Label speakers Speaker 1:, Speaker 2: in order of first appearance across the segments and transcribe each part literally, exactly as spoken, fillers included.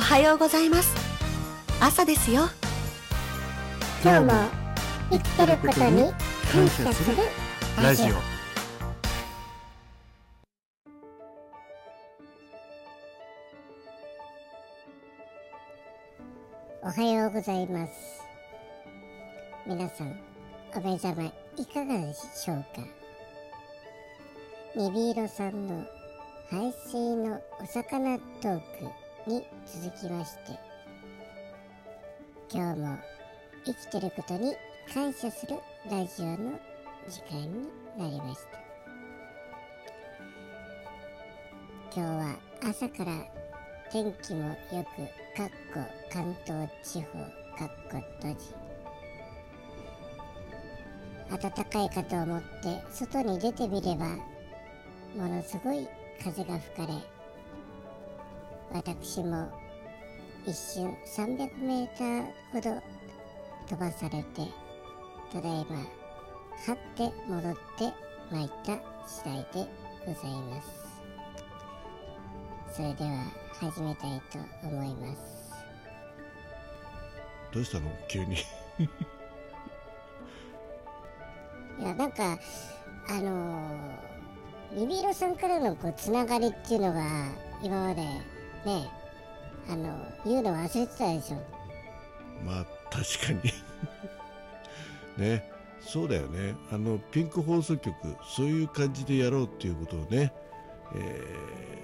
Speaker 1: はようございます。朝ですよ。
Speaker 2: 今日も生きてることに感謝するラジオ。おはようございます。皆さんお目覚めいかがでしょうか。にびいろさんの排水のお魚トークに続きまして、今日も生きてることに感謝するラジオの時間になりました。今日は朝から天気もよく、かっこ関東地方、かっこ閉じ、暖かいかと思って外に出てみれば、ものすごい風が吹かれ、私も一瞬さんびゃくメーターほど飛ばされて、ただいまはって戻ってまいった次第でございます。それでは始めたいと思います。
Speaker 3: どうしたの急に
Speaker 2: いや、なんかあのー、ビビーロさんからのこうつながりっていうのが今までね、あの言うの忘れてたでしょ。
Speaker 3: まあ確かにね、そうだよね。あのピンク放送局、そういう感じでやろうっていうことをね、え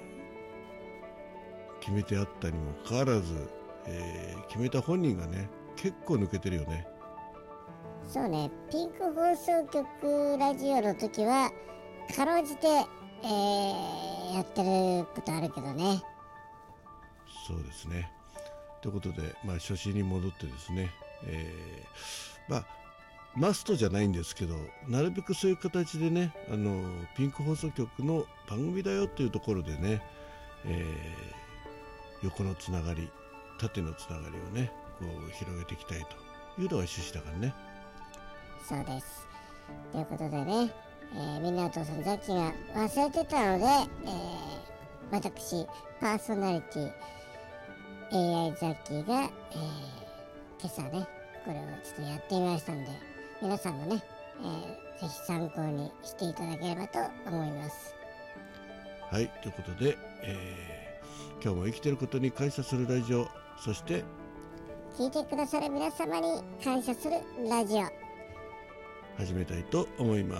Speaker 3: ー、決めてあったにもかかわらず、えー、決めた本人がね結構抜けてるよね。
Speaker 2: そうね、ピンク放送局ラジオの時はかろうじて、えー、やってることあるけどね。
Speaker 3: そうですね。ということで、まあ、初心に戻ってですね、えー、まあマストじゃないんですけど、なるべくそういう形でね、あのピンク放送局の番組だよっていうところでね、えー、横のつながり、縦のつながりをねこう広げていきたいというのが趣旨だからね。
Speaker 2: そうです。ということでね、えー、みんなお父さんザッキーが忘れてたので、えー、私パーソナリティ エーアイ ザッキーが、えー、今朝ねこれをちょっとやってみましたんで、皆さんもね、えー、ぜひ参考にしていただければと思います。
Speaker 3: はい、ということで、えー、今日も生きてることに感謝するラジオ、そして
Speaker 2: 聞いてくださる皆様に感謝するラジオ、
Speaker 3: 始めたいと思います。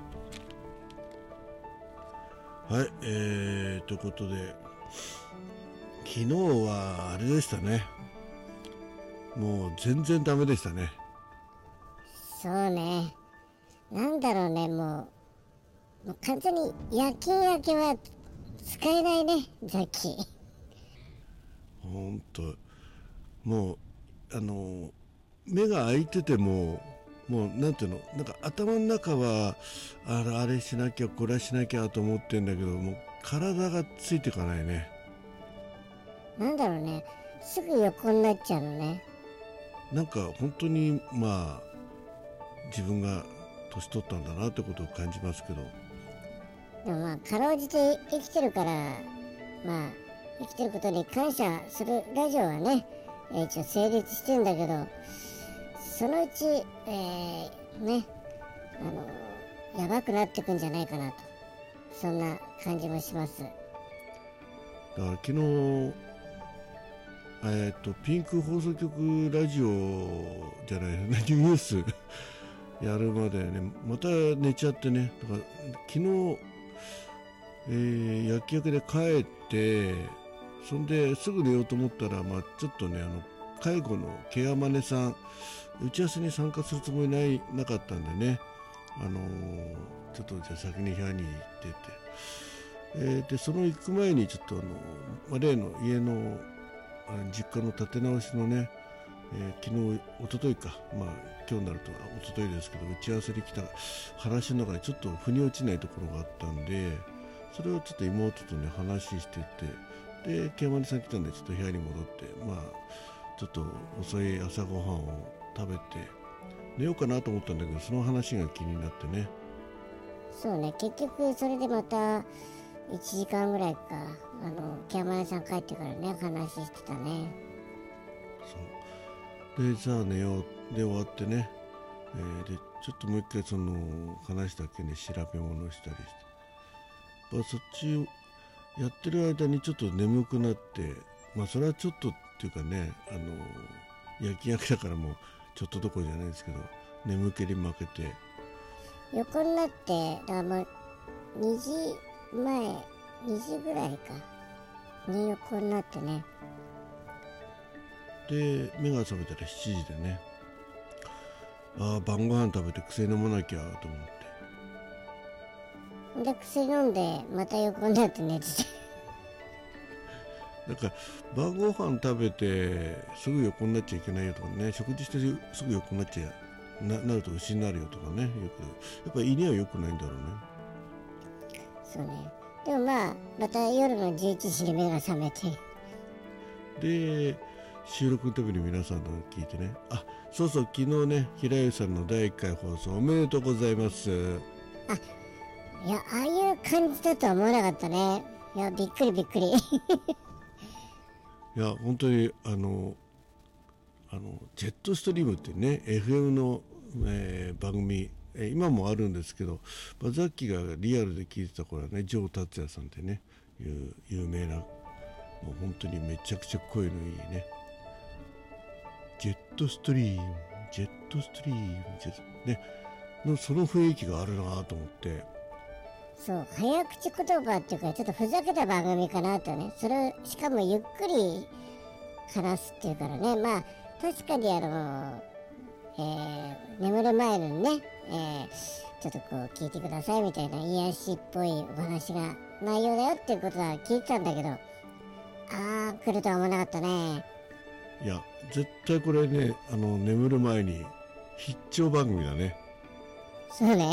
Speaker 3: はい、えー、ということで、昨日はあれでしたね。もう全然ダメでしたね。
Speaker 2: そうね、なんだろうね、もう、もう完全に夜勤明けは使えないね、ザッキー。
Speaker 3: ほんと、もうあの目が開いてても、もうなんていうの、なんか頭の中はあれ、あれしなきゃこれしなきゃと思ってんだけど、もう体がついていかないね。
Speaker 2: なんだろうね、すぐ横になっちゃうのね。
Speaker 3: なんか本当にまあ自分が年取ったんだなってことを感じますけど、
Speaker 2: でもまあかろうじて生きてるから、まあ生きてることに感謝するラジオはね、えー、一応成立してんだけど、そのうち、えー、ね、あのやばくなってくんじゃないかなと、そんな感じもします。だ
Speaker 3: から昨日えー、とピンク放送局ラジオじゃないニュースやるまでね、また寝ちゃってね。だから昨日、えー、薬局で帰って、そんですぐ寝ようと思ったら、まあ、ちょっとね、あの介護のケアマネさん打ち合わせに参加するつもりないなかったんでね、あのー、ちょっとじゃあ先に部屋に行ってて、えー、でその行く前にちょっとあの、まあ、例の家の実家の建て直しのね、えー、昨日一昨日か、まあ今日になると一昨日ですけど、打ち合わせに来た話の中でちょっと腑に落ちないところがあったんで、それをちょっと妹とね話してて、でケアマネさん来たんでちょっと部屋に戻って、まあちょっと遅い朝ごはんを食べて寝ようかなと思ったんだけど、その話が気になってね。
Speaker 2: そうね、結局それでまたいちじかんぐらいか、あのケアマネさん帰ってからね話してたね。
Speaker 3: そうでさあ寝ようで終わってね、えー、でちょっともう一回その話だけね調べ物したりして、まあ、そっちをやってる間にちょっと眠くなって、まあそれはちょっとっていうかね、あの夜勤明けだからもうちょっとどころじゃないですけど、眠気に負けて
Speaker 2: 横になって、だからもうにじまえにじぐらいかに横になってね、
Speaker 3: で目が覚めたらしちじでね、ああ晩ご飯食べて薬飲まなきゃと思って、
Speaker 2: で薬飲んでまた横になって寝てて
Speaker 3: だから晩ご飯食べてすぐ横になっちゃいけないよとかね、食事してすぐ横になっちゃななると牛になるよとかね、よくやっぱり胃には良くないんだろうね。
Speaker 2: そうね。でもまあまた夜のじゅういちじに目が覚めて、
Speaker 3: で収録のために皆さんの聞いてね、あそうそう昨日ね平井さんのだいいっかい放送おめでとうございます。
Speaker 2: あいやああいう感じだとは思わなかったね。いやびっくりびっくり
Speaker 3: いや本当にあのあのジェットストリームってね エフエム の、えー、番組、えー、今もあるんですけど、まあ、ザッキーがリアルで聞いてた頃はねジョー達也さんってねいう有名な、もう本当にめちゃくちゃ声のいいねジェットストリームジェットストリームジェットねのその雰囲気があるなと思って、
Speaker 2: そう早口言葉っていうかちょっとふざけた番組かなとね、それをしかもゆっくり話すっていうからね、まあ確かにあの、えー、眠る前にね、えー、ちょっとこう聞いてくださいみたいな癒しっぽいお話が内容だよっていうことは聞いてたんだけど、あー来るとは思わなかったね。
Speaker 3: いや絶対これねあの眠る前に必聴番組だね。
Speaker 2: そうね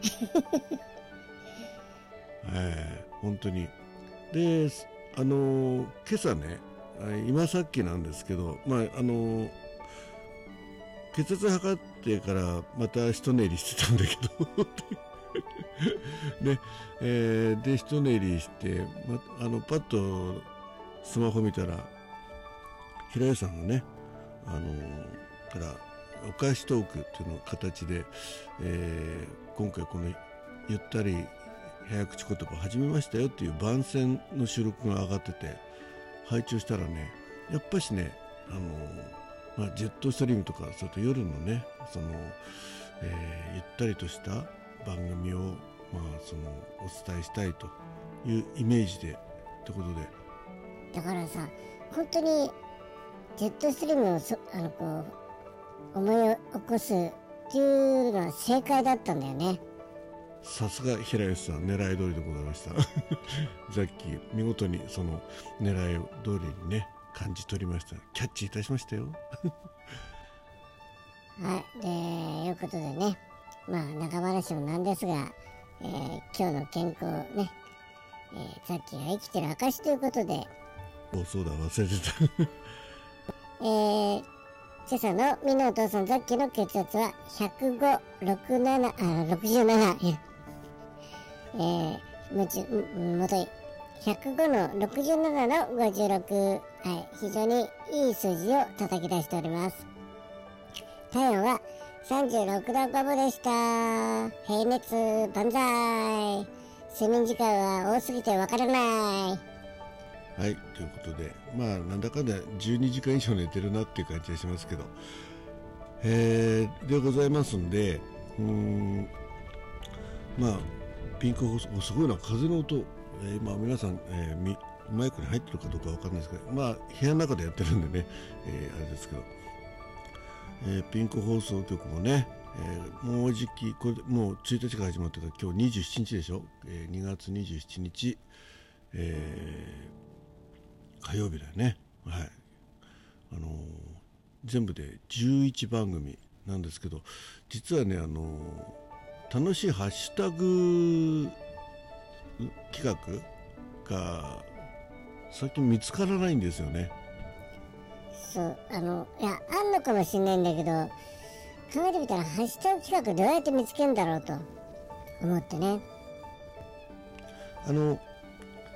Speaker 3: えー、本当にであのー、今朝ね今さっきなんですけど、まああのー、血圧測ってからまた一寝入りしてたんだけどで、えー、で一寝入りして、ま、あのパッとスマホ見たら平井さんがね、あのー、からお返しトークっていうの形で、えー、今回このゆったり早口言葉始めましたよっていう番宣の収録が上がってて拝聴したらね、やっぱしね、あのーまあ、ジェットストリームとかそれと夜のねその、えー、ゆったりとした番組を、まあ、そのお伝えしたいというイメージでってことで、
Speaker 2: だからさ本当にジェットストリームをそあのこう思い起こすっていうのは正解だったんだよね。
Speaker 3: さすが平吉さん、狙い通りでございましたザッキー見事にその狙い通りにね感じ取りました。キャッチいたしましたよ
Speaker 2: はいでいうことでね、まあ中話もなんですが、えー、今日の健康ね、えー、ザッキーが生きてる証ということで、
Speaker 3: おそうだ忘れてた
Speaker 2: えー、今朝のみんなお父さんザッキーの血圧はひゃくご、ろくじゅうなな、あ、ろくじゅうなな、えー、もち、もとい、ひゃくごのろくじゅうななのごじゅうろく、はい、非常にいい数字を叩き出しております。体温はさんじゅうろくどごぶでした。平熱万歳。睡眠時間は多すぎてわからない。
Speaker 3: はい、ということで、まあなんだかんだじゅうにじかん以上寝てるなっていう感じがしますけど、えー、でございますんで、うーん、まあピンク放送すごいな、風の音、えー、今皆さん、えー、マイクに入ってるかどうかわかんないですけど、まあ部屋の中でやってるんでね、えー、あれですけど、えー、ピンク放送局もね、えー、もうじきこれもうついたちから始まってた今日にじゅうしちにちでしょ、えー、にがつにじゅうしちにち、えー、火曜日だよね。はい、あのー、全部でじゅういちばんぐみなんですけど、実はね、あのー、楽しいハッシュタグ企画が最近見つからないんですよね。
Speaker 2: そうあのいやあんのかもしれないんだけど、考えてみたらハッシュタグ企画どうやって見つけるんだろうと思ってね。
Speaker 3: あの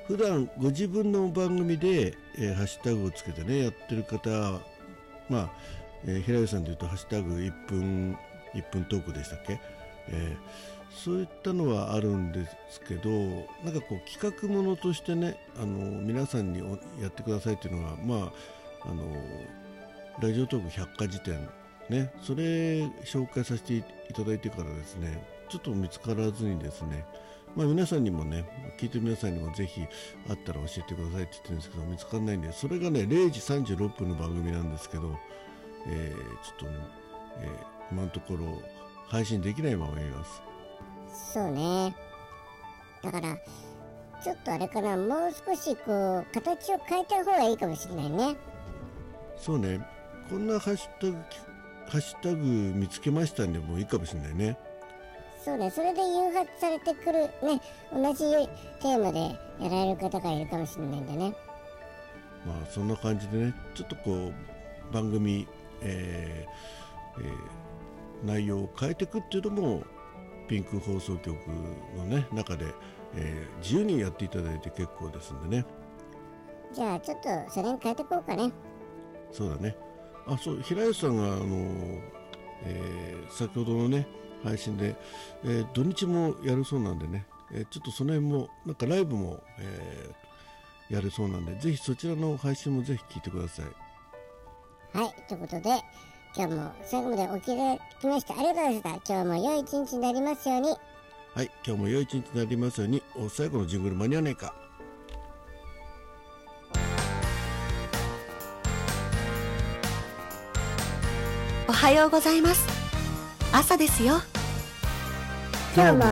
Speaker 3: 普段ご自分の番組で、えーハッシュタグをつけてねやってる方、まあ、えー平井さんでいうとハッシュタグいっぷんいっぷんトークでしたっけ、えーそういったのはあるんですけど、なんかこう企画ものとしてね、あの皆さんにおやってくださいっていうのは、まああのラジオトーク百科事典ね、それ紹介させていただいてからですね、ちょっと見つからずにですね、まあ、皆さんにもね、聞いてる皆さんにもぜひあったら教えてくださいって言ってるんですけど、見つからないんで、それがねれいじさんじゅうろっぷんの番組なんですけど、えーちょっとね、えー今のところ配信できないままいます。
Speaker 2: そうね。だからちょっとあれかな、もう少しこう形を変えた方がいいかもしれないね。
Speaker 3: そうね、こんなハッシュタグハッシュタグ見つけましたんでもういいかもしれないね。
Speaker 2: そうね、それで誘発されてくるね、同じテーマでやられる方がいるかもしれないんでね。
Speaker 3: まあそんな感じでね、ちょっとこう番組、えーえー内容を変えていくっていうのもピンク放送局のね中で、えー自由にやっていただいて結構ですんでね。
Speaker 2: じゃあちょっとそれに変えていこうかね。
Speaker 3: そうだね。あ、そう、平吉さんがあの、えー先ほどのね配信で、えー土日もやるそうなんでね、えーちょっとその辺もなんかライブも、えーやるそうなんで、ぜひそちらの配信もぜひ聞いてください。
Speaker 2: はい、ということで今日も最後までお聞きいただきましてありがとうございました。今日も良い一日になりますように。
Speaker 3: はい、今日も良い一日になりますように。お、最後のジングル間に合わないか。
Speaker 1: おはようございます。朝ですよ。
Speaker 2: 今日も